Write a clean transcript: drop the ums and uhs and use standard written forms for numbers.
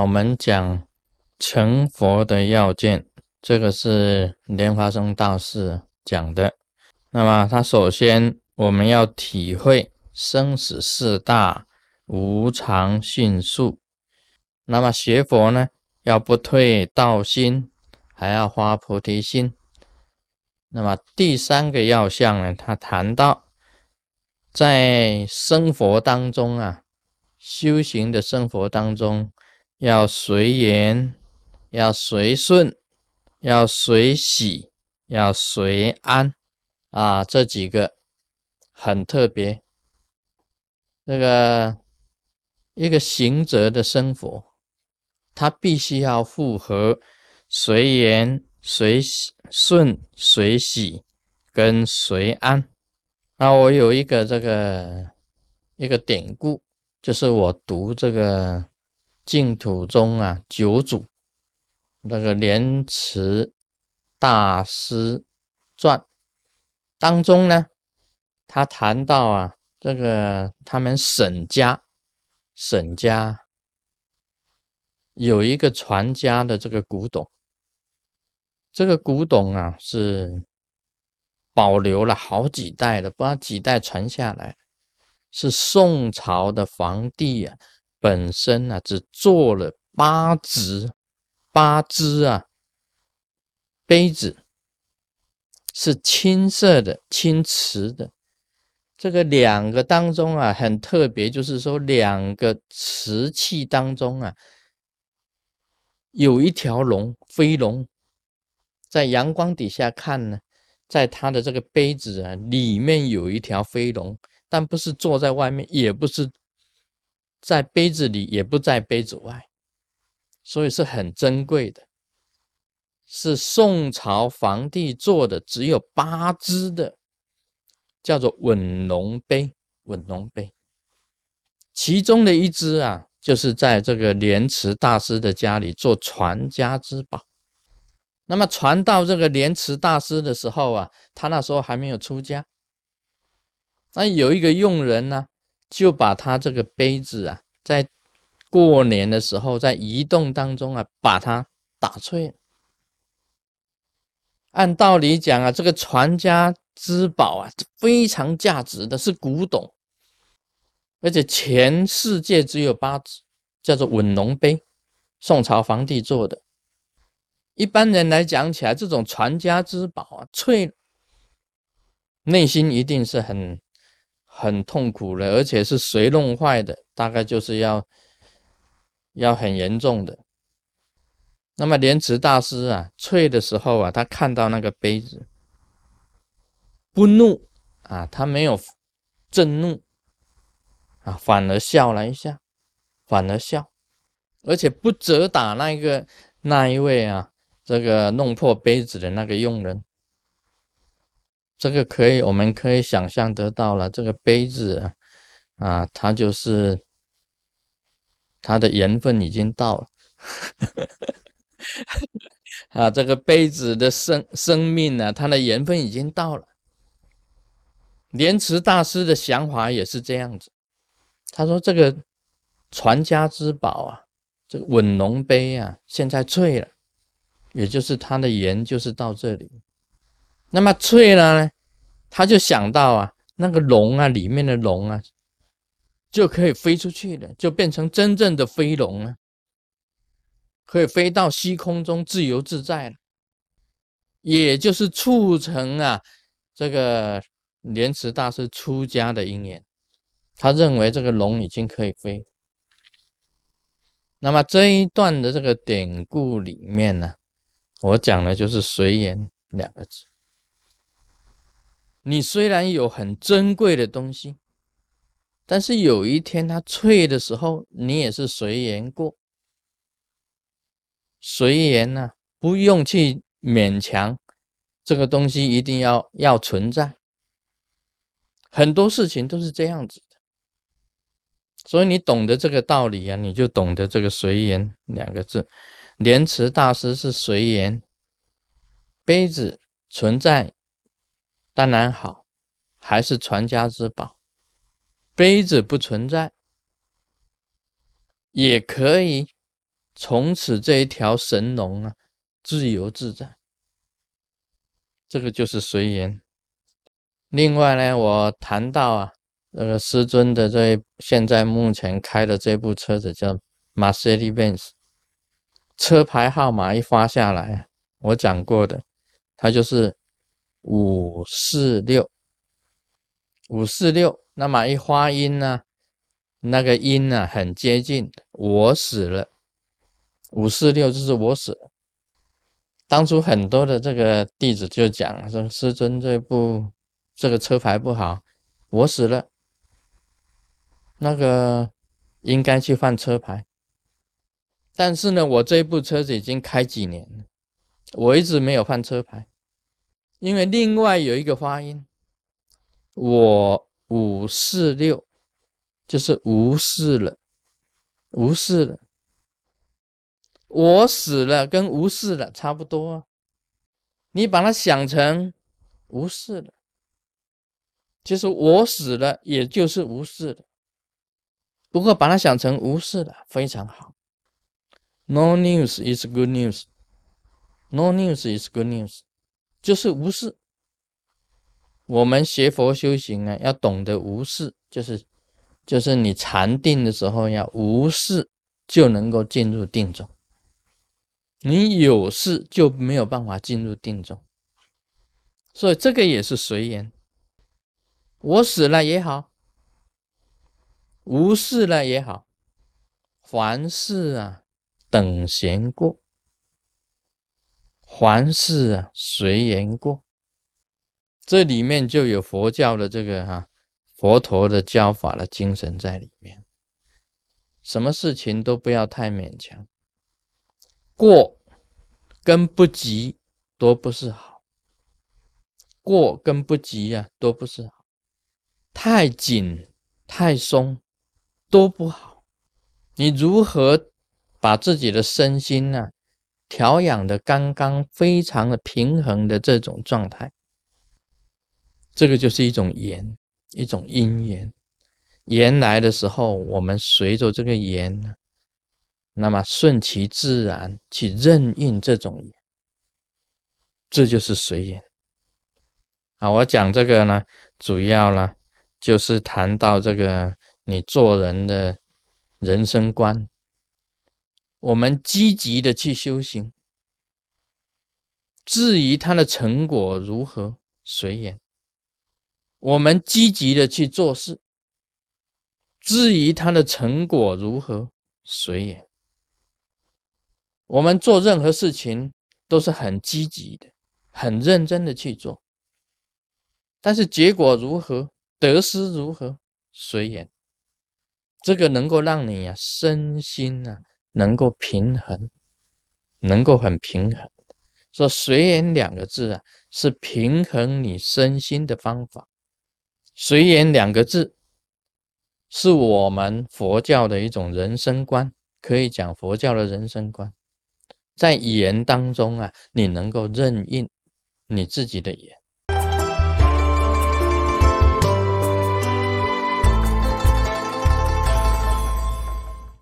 我们讲成佛的要件，这个是莲花生大师讲的。那么他首先我们要体会生死四大无常迅速。那么学佛呢，要不退道心，还要发菩提心。那么第三个要项呢，他谈到在生活当中啊，修行的生活当中，要随缘，要随顺，要随喜，要随安啊，这几个很特别。这个一个行者的生活，他必须要符合随缘、随顺、随喜跟随安。那我有一个一个典故，就是我读这个净土宗啊九祖那个莲池大师传当中呢，他谈到啊，这个他们沈家有一个传家的这个古董，这个古董啊是保留了好几代的，不知道几代传下来，是宋朝的皇帝啊本身啊只做了八只啊杯子，是青色的青瓷的。这个两个当中啊很特别，就是说两个瓷器当中啊有一条龙，飞龙，在阳光底下看呢，在它的这个杯子啊里面有一条飞龙，但不是坐在外面，也不是在杯子里，也不在杯子外，所以是很珍贵的，是宋朝皇帝做的，只有八只的，叫做稳龙杯。其中的一只啊，就是在这个莲池大师的家里做传家之宝。那么传到这个莲池大师的时候啊，他那时候还没有出家。那有一个佣人呢，就把他这个杯子啊，在过年的时候，在移动当中啊，把它打碎了。按道理讲啊，这个传家之宝啊，非常价值的，是古董，而且全世界只有八只，叫做稳龙杯，宋朝皇帝做的。一般人来讲起来，这种传家之宝啊，脆，内心一定是很痛苦的，而且是谁弄坏的，大概就是要很严重的。那么莲池大师啊，脆的时候啊，他看到那个杯子，不怒啊，他没有震怒啊，反而笑了一下，而且不责打那一位啊，这个弄破杯子的那个佣人。这个我们可以想象得到了，这个杯子啊，它就是它的缘分已经到了啊，这个杯子的生命啊，它的缘分已经到了。莲池大师的想法也是这样子，他说这个传家之宝啊，这个稳龙杯啊，现在脆了，也就是它的缘就是到这里。那么脆了呢，他就想到啊，那个龙啊，里面的龙啊，就可以飞出去了，就变成真正的飞龙了，可以飞到虚空中自由自在了，也就是促成啊这个莲池大师出家的因缘。他认为这个龙已经可以飞。那么这一段的这个典故里面呢，我讲的就是随缘两个字。你虽然有很珍贵的东西，但是有一天它脆的时候，你也是随缘过。随缘呢，不用去勉强这个东西一定要存在。很多事情都是这样子的，所以你懂得这个道理啊，你就懂得这个随缘两个字。莲池大师是随缘，杯子存在当然好，还是传家之宝。杯子不存在也可以从此这一条神龙啊，自由自在。这个就是随缘。另外呢，我谈到啊，师尊的现在目前开的这部车子叫 Mercedes-Benz， 车牌号码一发下来，我讲过的，它就是546，那么一发音呢，那个音呢很接近我死了，546就是我死了。当初很多的这个弟子就讲说，师尊这个车牌不好，我死了，那个应该去换车牌。但是呢，我这部车子已经开几年了，我一直没有换车牌，因为另外有一个发音，我546就是无视了，无视了。我死了跟无视了差不多啊，你把它想成无视了，其实我死了也就是无视了，不过把它想成无视了非常好。No news is good news， No news is good news， 就是无视。我们学佛修行啊，要懂得无视，就是你禅定的时候要无视，就能够进入定中。你有事就没有办法进入定中，所以这个也是随缘。我死了也好，无事了也好，凡事啊等闲过，凡事啊随缘过。这里面就有佛教的这个佛陀的教法的精神在里面。什么事情都不要太勉强，过跟不及都不是好，过跟不及啊都不是好，太紧太松都不好。你如何把自己的身心啊调养的刚刚非常的平衡的这种状态，这个就是一种缘，一种因缘。缘来的时候，我们随着这个缘，那么顺其自然去任应这种缘，这就是随缘。我讲这个呢，主要呢就是谈到这个你做人的人生观。我们积极的去修行，至于它的成果如何，随缘。我们积极的去做事，至于它的成果如何，随缘。我们做任何事情都是很积极的，很认真的去做，但是结果如何，得失如何，随缘。这个能够让你身心能够平衡，能够很平衡。说随缘两个字是平衡你身心的方法。随缘两个字是我们佛教的一种人生观，可以讲佛教的人生观。在缘当中你能够任应你自己的缘，